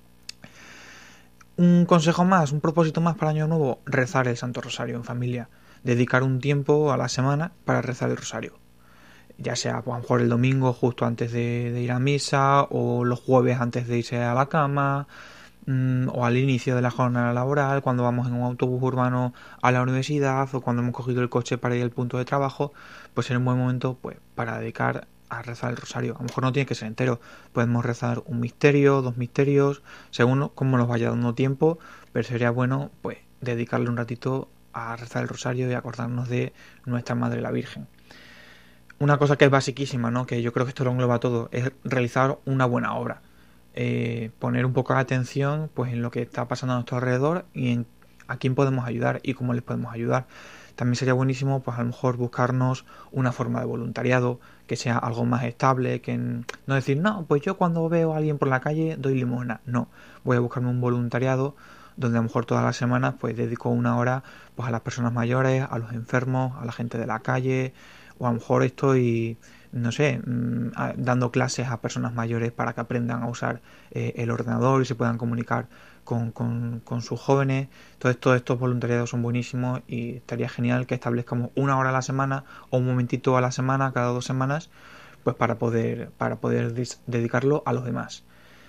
Un consejo más, un propósito más para Año Nuevo, rezar el Santo Rosario en familia, dedicar un tiempo a la semana para rezar el Rosario, ya sea pues, a lo mejor el domingo justo antes de ir a misa o los jueves antes de irse a la cama o al inicio de la jornada laboral, cuando vamos en un autobús urbano a la universidad o cuando hemos cogido el coche para ir al punto de trabajo, pues es un buen momento pues para dedicar a rezar el rosario. A lo mejor no tiene que ser entero, podemos rezar un misterio, 2 misterios, según cómo nos vaya dando tiempo, pero sería bueno pues dedicarle un ratito a rezar el rosario y acordarnos de nuestra Madre la Virgen. Una cosa que es basiquísima, ¿no? Que yo creo que esto lo engloba todo, es realizar una buena obra. poner un poco de atención pues en lo que está pasando a nuestro alrededor y en a quién podemos ayudar y cómo les podemos ayudar. También sería buenísimo, pues a lo mejor buscarnos una forma de voluntariado que sea algo más estable, que no decir, no, pues yo cuando veo a alguien por la calle doy limosna. No, voy a buscarme un voluntariado donde a lo mejor todas las semanas pues dedico una hora pues a las personas mayores, a los enfermos, a la gente de la calle, o a lo mejor estoy, no sé, dando clases a personas mayores para que aprendan a usar el ordenador y se puedan comunicar con sus jóvenes. Entonces todos estos voluntariados son buenísimos y estaría genial que establezcamos una hora a la semana o un momentito a la semana, cada 2 semanas, pues para poder dedicarlo a los demás.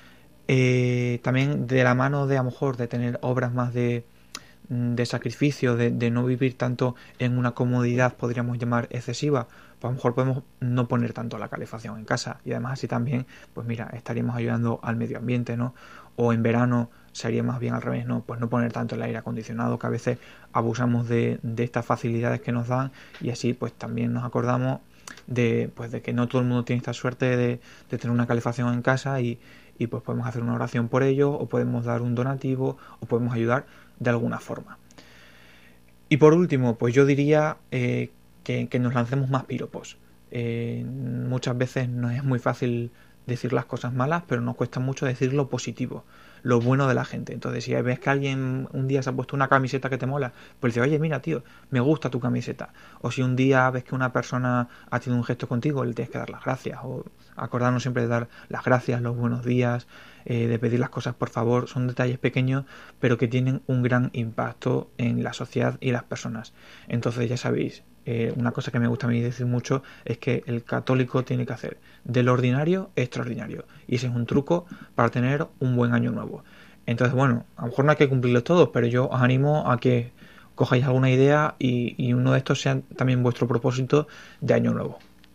También de la mano de a lo mejor de tener obras más de sacrificio, de no vivir tanto en una comodidad, podríamos llamar excesiva, pues a lo mejor podemos no poner tanto la calefacción en casa y además así también, pues mira, estaríamos ayudando al medio ambiente, ¿no? O en verano sería más bien al revés, ¿no? Pues no poner tanto el aire acondicionado, que a veces abusamos de estas facilidades que nos dan y así pues también nos acordamos de que no todo el mundo tiene esta suerte de tener una calefacción en casa y pues podemos hacer una oración por ello, o podemos dar un donativo, o podemos ayudar de alguna forma. Y por último, pues yo diría que nos lancemos más piropos. Muchas veces no es muy fácil decir las cosas malas, pero nos cuesta mucho decir lo positivo, lo bueno de la gente. Entonces, si ves que alguien un día se ha puesto una camiseta que te mola, pues dices, oye, mira, tío, me gusta tu camiseta. O si un día ves que una persona ha tenido un gesto contigo, le tienes que dar las gracias. O acordarnos siempre de dar las gracias, los buenos días, de pedir las cosas por favor. Son detalles pequeños, pero que tienen un gran impacto en la sociedad y las personas. Entonces, ya sabéis, una cosa que me gusta a mí decir mucho es que el católico tiene que hacer de lo ordinario extraordinario, y ese es un truco para tener un buen año nuevo. Entonces, bueno, a lo mejor no hay que cumplirlos todos, pero yo os animo a que cojáis alguna idea y uno de estos sea también vuestro propósito de año nuevo.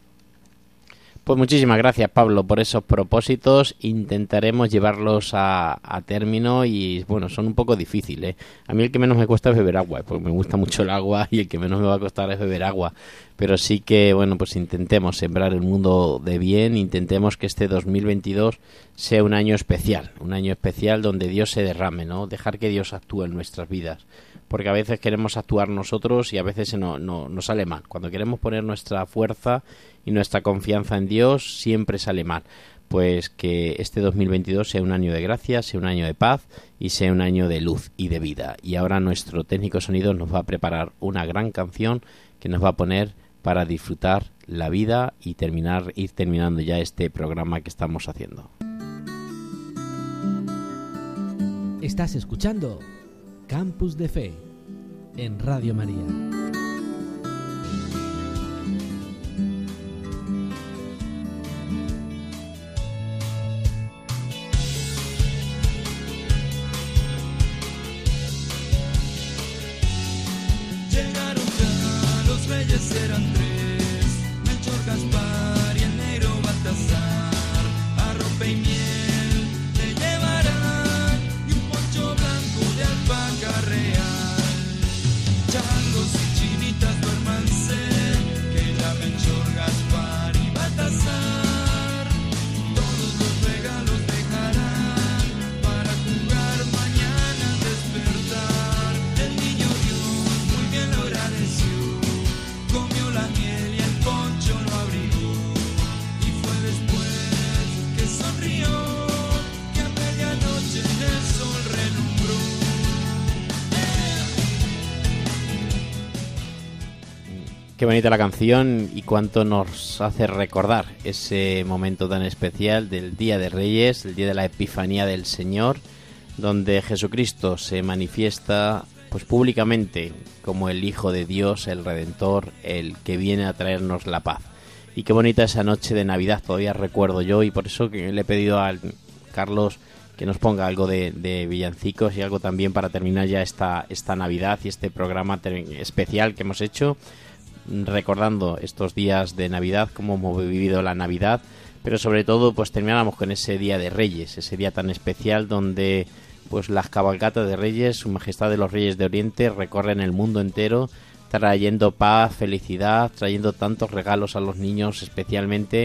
Pues muchísimas gracias, Pablo, por esos propósitos. Intentaremos llevarlos a término y, bueno, son un poco difíciles. A mí el que menos me cuesta es beber agua, porque me gusta mucho el agua y el que menos me va a costar es beber agua. Pero sí que, bueno, pues intentemos sembrar el mundo de bien, intentemos que este 2022 sea un año especial donde Dios se derrame, ¿no? Dejar que Dios actúe en nuestras vidas. Porque a veces queremos actuar nosotros y a veces nos sale mal. Cuando queremos poner nuestra fuerza y nuestra confianza en Dios, siempre sale mal. Pues que este 2022 sea un año de gracia, sea un año de paz y sea un año de luz y de vida. Y ahora nuestro técnico sonido nos va a preparar una gran canción que nos va a poner para disfrutar la vida y ir terminando ya este programa que estamos haciendo. Estás escuchando Campus de Fe en Radio María. Llegaron ya los reyes, eran 3, Melchor, Gaspar y el negro Baltasar. Arrope y miel le llevarán y un poncho blanco de alpaca real. Changos y chinitas duérmanse, que la Melchor, Gaspar y Baltasar todos los regalos dejarán para jugar mañana al despertar. El niño Dios muy bien lo agradeció, comió la miel y el poncho lo abrigó, y fue después que sonrió, que a medianoche el sol relumbró. Qué bonita la canción y cuánto nos hace recordar ese momento tan especial del Día de Reyes, el día de la Epifanía del Señor, donde Jesucristo se manifiesta pues públicamente como el Hijo de Dios, el Redentor, el que viene a traernos la paz. Y qué bonita esa noche de Navidad, todavía recuerdo yo, y por eso que le he pedido a Carlos que nos ponga algo de villancicos y algo también para terminar ya esta Navidad y este programa especial que hemos hecho, recordando estos días de Navidad, cómo hemos vivido la Navidad, pero sobre todo pues terminamos con ese Día de Reyes, ese día tan especial donde pues las cabalgatas de Reyes, Su Majestad de los Reyes de Oriente, recorren el mundo entero trayendo paz, felicidad, trayendo tantos regalos a los niños especialmente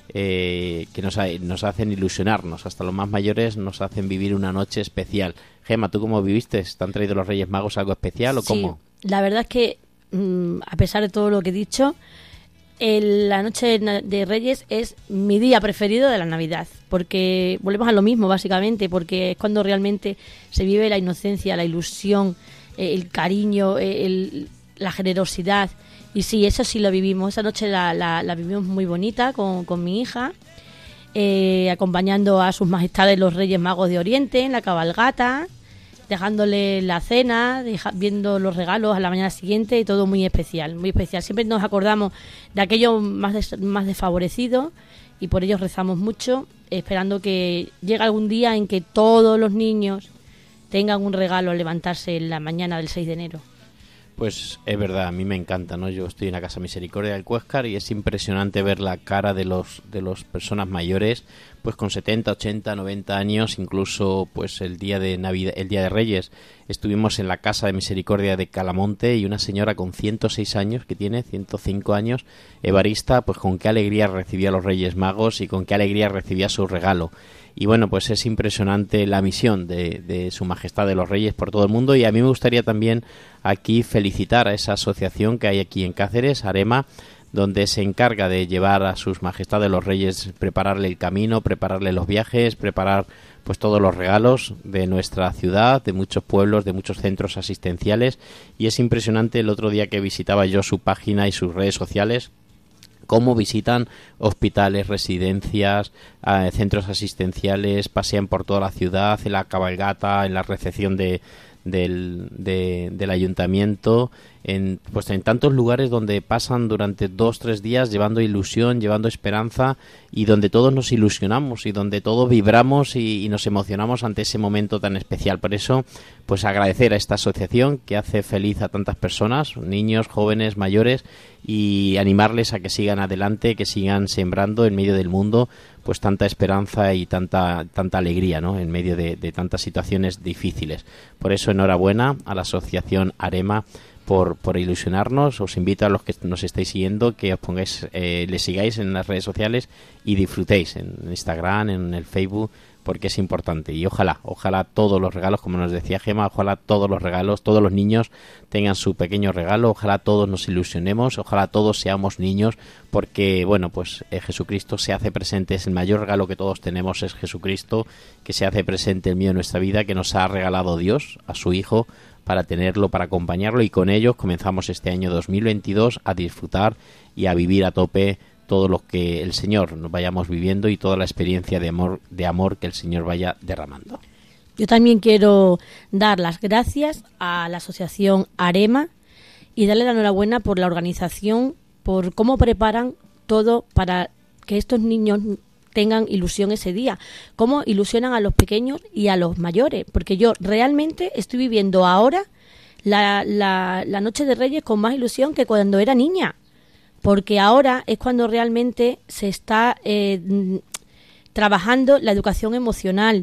que nos hacen ilusionarnos. Hasta los más mayores nos hacen vivir una noche especial. Gema, ¿tú cómo viviste? ¿Te han traído los Reyes Magos algo especial o cómo? Sí, la verdad es que, a pesar de todo lo que he dicho, la noche de Reyes es mi día preferido de la Navidad, porque volvemos a lo mismo básicamente, porque es cuando realmente se vive la inocencia, la ilusión, el cariño, la generosidad. Y sí, eso sí lo vivimos. Esa noche la vivimos muy bonita con mi hija, acompañando a sus majestades los Reyes Magos de Oriente en la cabalgata, dejándole la cena, viendo los regalos a la mañana siguiente, y todo muy especial, muy especial. Siempre nos acordamos de aquellos más desfavorecidos y por ellos rezamos mucho, esperando que llegue algún día en que todos los niños tengan un regalo al levantarse en la mañana del 6 de enero. Pues es verdad, a mí me encanta, ¿no? Yo estoy en la Casa Misericordia del Cuéscar y es impresionante ver la cara de los personas mayores, pues con 70, 80, 90 años, incluso pues el día de Navidad, el día de Reyes, estuvimos en la Casa de Misericordia de Calamonte y una señora con 106 años, que tiene 105 años, Evarista, pues con qué alegría recibía a los Reyes Magos y con qué alegría recibía su regalo. Y bueno, pues es impresionante la misión de Su Majestad de los Reyes por todo el mundo, y a mí me gustaría también aquí felicitar a esa asociación que hay aquí en Cáceres, Arema, donde se encarga de llevar a Sus Majestades los Reyes, prepararle el camino, prepararle los viajes, preparar pues todos los regalos de nuestra ciudad, de muchos pueblos, de muchos centros asistenciales, y es impresionante el otro día que visitaba yo su página y sus redes sociales, cómo visitan hospitales, residencias, centros asistenciales, pasean por toda la ciudad, en la cabalgata, en la recepción del ayuntamiento, en tantos lugares donde pasan durante 2-3 días llevando ilusión, llevando esperanza, y donde todos nos ilusionamos y donde todos vibramos y nos emocionamos ante ese momento tan especial. Por eso, pues agradecer a esta asociación que hace feliz a tantas personas, niños, jóvenes, mayores, y animarles a que sigan adelante, que sigan sembrando en medio del mundo pues tanta esperanza y tanta alegría, ¿no?, en medio de tantas situaciones difíciles. Por eso, enhorabuena a la asociación Arema por ilusionarnos. Os invito a los que nos estáis siguiendo que os pongáis, le sigáis en las redes sociales y disfrutéis en Instagram, en el Facebook, porque es importante. Y ojalá todos los regalos, como nos decía Gema, ojalá todos los regalos, todos los niños tengan su pequeño regalo, ojalá todos nos ilusionemos, ojalá todos seamos niños, porque bueno, pues Jesucristo se hace presente, es el mayor regalo que todos tenemos, es Jesucristo, que se hace presente en medio de nuestra vida, que nos ha regalado Dios a su Hijo para tenerlo, para acompañarlo, y con ellos comenzamos este año 2022 a disfrutar y a vivir a tope todo lo que el Señor nos vayamos viviendo y toda la experiencia de amor que el Señor vaya derramando. Yo también quiero dar las gracias a la asociación Arema y darle la enhorabuena por la organización, por cómo preparan todo para que estos niños tengan ilusión ese día, cómo ilusionan a los pequeños y a los mayores, porque yo realmente estoy viviendo ahora la noche de Reyes con más ilusión que cuando era niña, porque ahora es cuando realmente se está trabajando la educación emocional,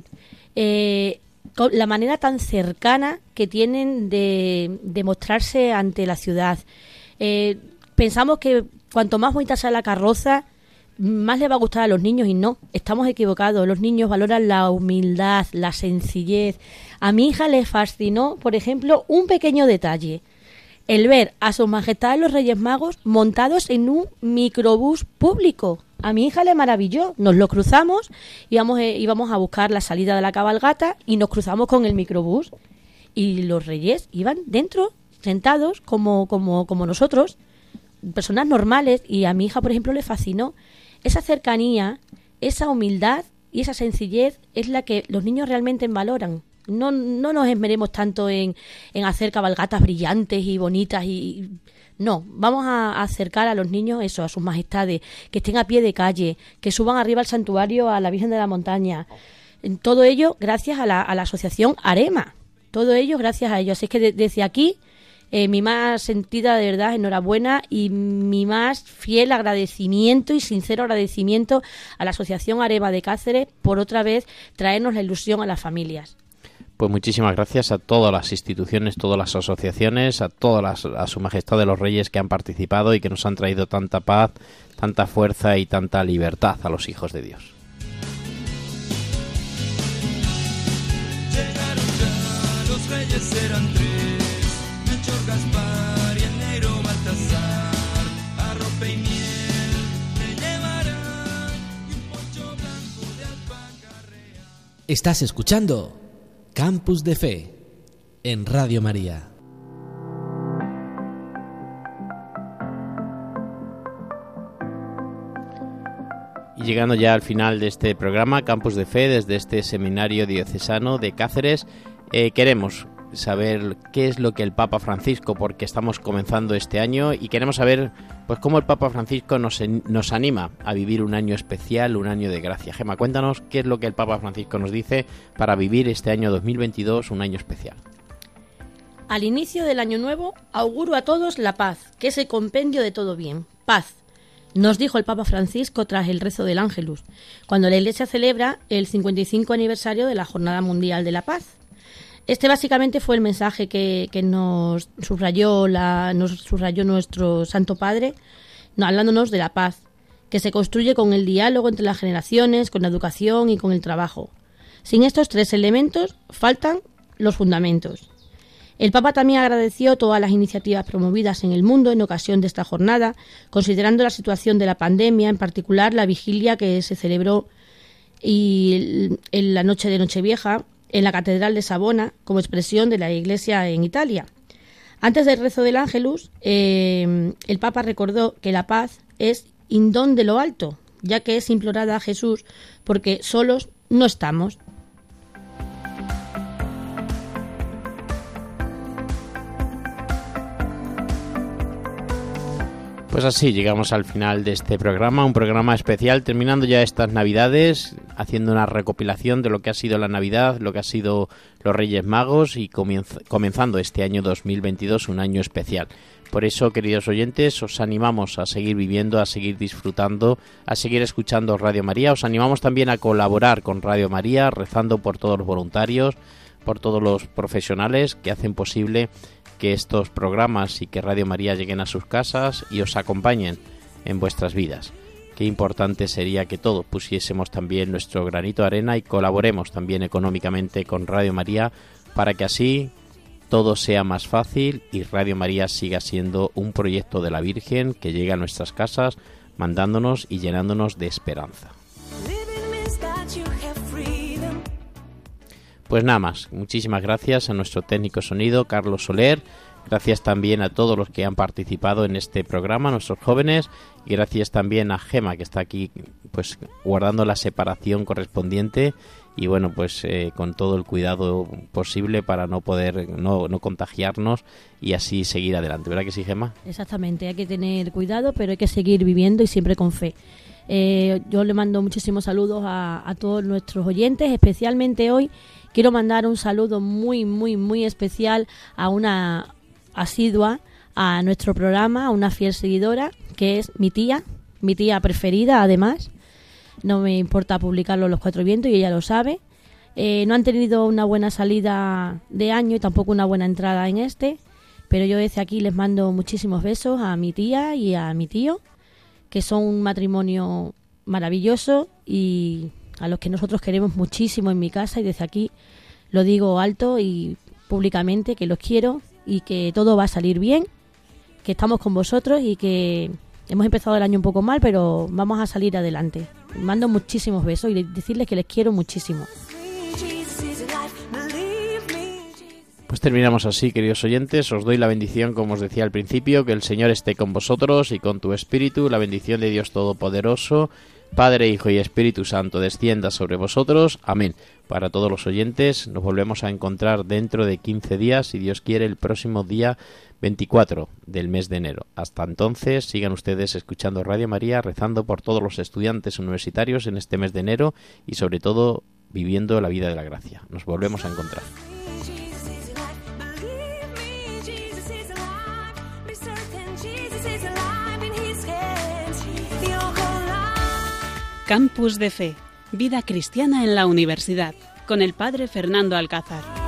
con la manera tan cercana que tienen de mostrarse ante la ciudad. Pensamos que cuanto más bonita sea la carroza, más le va a gustar a los niños, y no, estamos equivocados. Los niños valoran la humildad, la sencillez. A mi hija le fascinó, por ejemplo, un pequeño detalle: el ver a Sus Majestades los Reyes Magos montados en un microbús público. A mi hija le maravilló. Nos lo cruzamos, íbamos a buscar la salida de la cabalgata y nos cruzamos con el microbús. Y los Reyes iban dentro, sentados, como nosotros, personas normales. Y a mi hija, por ejemplo, le fascinó. Esa cercanía, esa humildad y esa sencillez es la que los niños realmente valoran. No nos esmeremos tanto en hacer cabalgatas brillantes y bonitas no, vamos a acercar a los niños eso, a Sus Majestades, que estén a pie de calle, que suban arriba al santuario a la Virgen de la Montaña. Todo ello gracias a la asociación Arema. Todo ello gracias a ellos. Así es que desde aquí, mi más sentida, de verdad, enhorabuena, y mi más fiel agradecimiento y sincero agradecimiento a la asociación Arema de Cáceres por otra vez traernos la ilusión a las familias. Pues muchísimas gracias a todas las instituciones, todas las asociaciones, a Su Majestad de los Reyes que han participado y que nos han traído tanta paz, tanta fuerza y tanta libertad a los hijos de Dios. Llegaron ya, los reyes eran tres, Melchor, Gaspar y el negro Baltasar. Arrope y miel te llevarán y un poncho blanco de alpaca real. Estás escuchando Campus de Fe en Radio María. Y llegando ya al final de este programa, Campus de Fe, desde este seminario diocesano de Cáceres, queremos saber qué es lo que el Papa Francisco, porque estamos comenzando este año y queremos saber pues cómo el Papa Francisco nos anima a vivir un año especial, un año de gracia. Gemma, cuéntanos qué es lo que el Papa Francisco nos dice para vivir este año 2022, un año especial. Al inicio del año nuevo, auguro a todos la paz, que es el compendio de todo bien. Paz, nos dijo el Papa Francisco tras el rezo del Ángelus, cuando la Iglesia celebra el 55 aniversario de la Jornada Mundial de la Paz. Este básicamente fue el mensaje que nos subrayó nuestro Santo Padre, hablándonos de la paz, que se construye con el diálogo entre las generaciones, con la educación y con el trabajo. Sin estos tres elementos faltan los fundamentos. El Papa también agradeció todas las iniciativas promovidas en el mundo en ocasión de esta jornada, considerando la situación de la pandemia, en particular la vigilia que se celebró en la noche de Nochevieja en la Catedral de Savona, como expresión de la Iglesia en Italia. Antes del rezo del Ángelus, el Papa recordó que la paz es don de lo alto, ya que es implorada a Jesús porque solos no estamos. Pues así llegamos al final de este programa, un programa especial, terminando ya estas Navidades, haciendo una recopilación de lo que ha sido la Navidad, lo que ha sido los Reyes Magos y comenzando este año 2022, un año especial. Por eso, queridos oyentes, os animamos a seguir viviendo, a seguir disfrutando, a seguir escuchando Radio María. Os animamos también a colaborar con Radio María, rezando por todos los voluntarios, por todos los profesionales que hacen posible que estos programas y que Radio María lleguen a sus casas y os acompañen en vuestras vidas. Qué importante sería que todos pusiésemos también nuestro granito de arena y colaboremos también económicamente con Radio María para que así todo sea más fácil y Radio María siga siendo un proyecto de la Virgen que llega a nuestras casas mandándonos y llenándonos de esperanza. Pues nada más, muchísimas gracias a nuestro técnico sonido, Carlos Soler, gracias también a todos los que han participado en este programa, nuestros jóvenes, y gracias también a Gemma, que está aquí pues guardando la separación correspondiente y bueno, pues con todo el cuidado posible para no contagiarnos y así seguir adelante, ¿verdad que sí, Gemma? Exactamente, hay que tener cuidado, pero hay que seguir viviendo y siempre con fe. Yo le mando muchísimos saludos a todos nuestros oyentes, especialmente hoy. Quiero mandar un saludo muy, muy, muy especial a una asidua a nuestro programa, a una fiel seguidora, que es mi tía preferida, además. No me importa publicarlo en los Cuatro Vientos y ella lo sabe. No han tenido una buena salida de año y tampoco una buena entrada en este, pero yo desde aquí les mando muchísimos besos a mi tía y a mi tío, que son un matrimonio maravilloso y a los que nosotros queremos muchísimo en mi casa, y desde aquí lo digo alto y públicamente que los quiero y que todo va a salir bien, que estamos con vosotros y que hemos empezado el año un poco mal, pero vamos a salir adelante. Mando muchísimos besos y decirles que les quiero muchísimo. Pues terminamos así, queridos oyentes. Os doy la bendición, como os decía al principio, que el Señor esté con vosotros y con tu espíritu. La bendición de Dios Todopoderoso, Padre, Hijo y Espíritu Santo, descienda sobre vosotros. Amén. Para todos los oyentes, nos volvemos a encontrar dentro de 15 días, si Dios quiere, el próximo día 24 del mes de enero. Hasta entonces, sigan ustedes escuchando Radio María, rezando por todos los estudiantes universitarios en este mes de enero y sobre todo viviendo la vida de la gracia. Nos volvemos a encontrar. Campus de Fe, vida cristiana en la universidad, con el padre Fernando Alcázar.